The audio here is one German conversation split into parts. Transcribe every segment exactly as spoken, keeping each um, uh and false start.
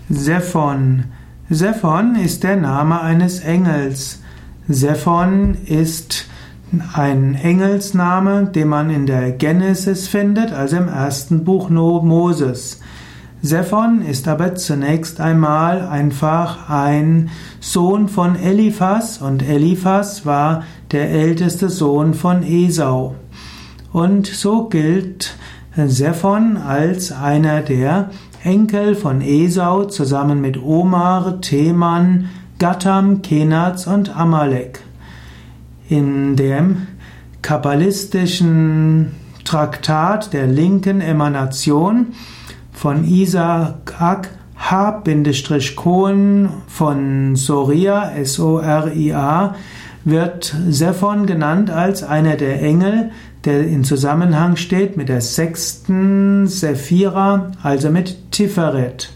Sephon. Sephon ist der Name eines Engels. Sephon ist ein Engelsname, den man in der Genesis findet, also im ersten Buch Moses. Sephon ist aber zunächst einmal einfach ein Sohn von Eliphas, und Eliphas war der älteste Sohn von Esau. Und so gilt Sephon als einer der Enkel von Esau zusammen mit Omar, Teman, Gatam, Kenaz und Amalek. In dem kabbalistischen Traktat der linken Emanation von Isaac H-Cohen von Soria, S O R I A, wird Sephon genannt als einer der Engel, der in Zusammenhang steht mit der sechsten Sephira, also mit Tiferet.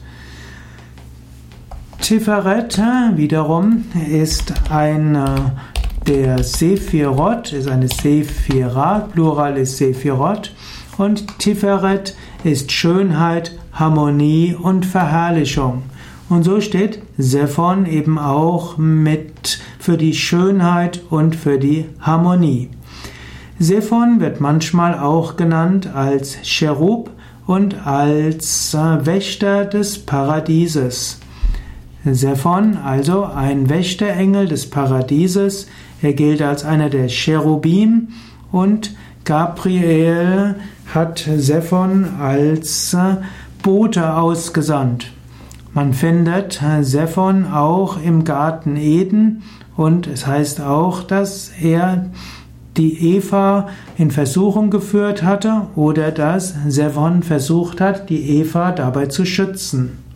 Tiferet wiederum ist eine der Sephirot, ist eine Sephira, Plural ist Sephirot, und Tiferet ist Schönheit, Harmonie und Verherrlichung. Und so steht Sephon eben auch mit für die Schönheit und für die Harmonie. Sephon wird manchmal auch genannt als Cherub und als Wächter des Paradieses. Sephon, also ein Wächterengel des Paradieses, er gilt als einer der Cherubim, und Gabriel hat Sephon als Bote ausgesandt. Man findet Sephon auch im Garten Eden, und es heißt auch, dass er die Eva in Versuchung geführt hatte oder dass Sephon versucht hat, die Eva dabei zu schützen.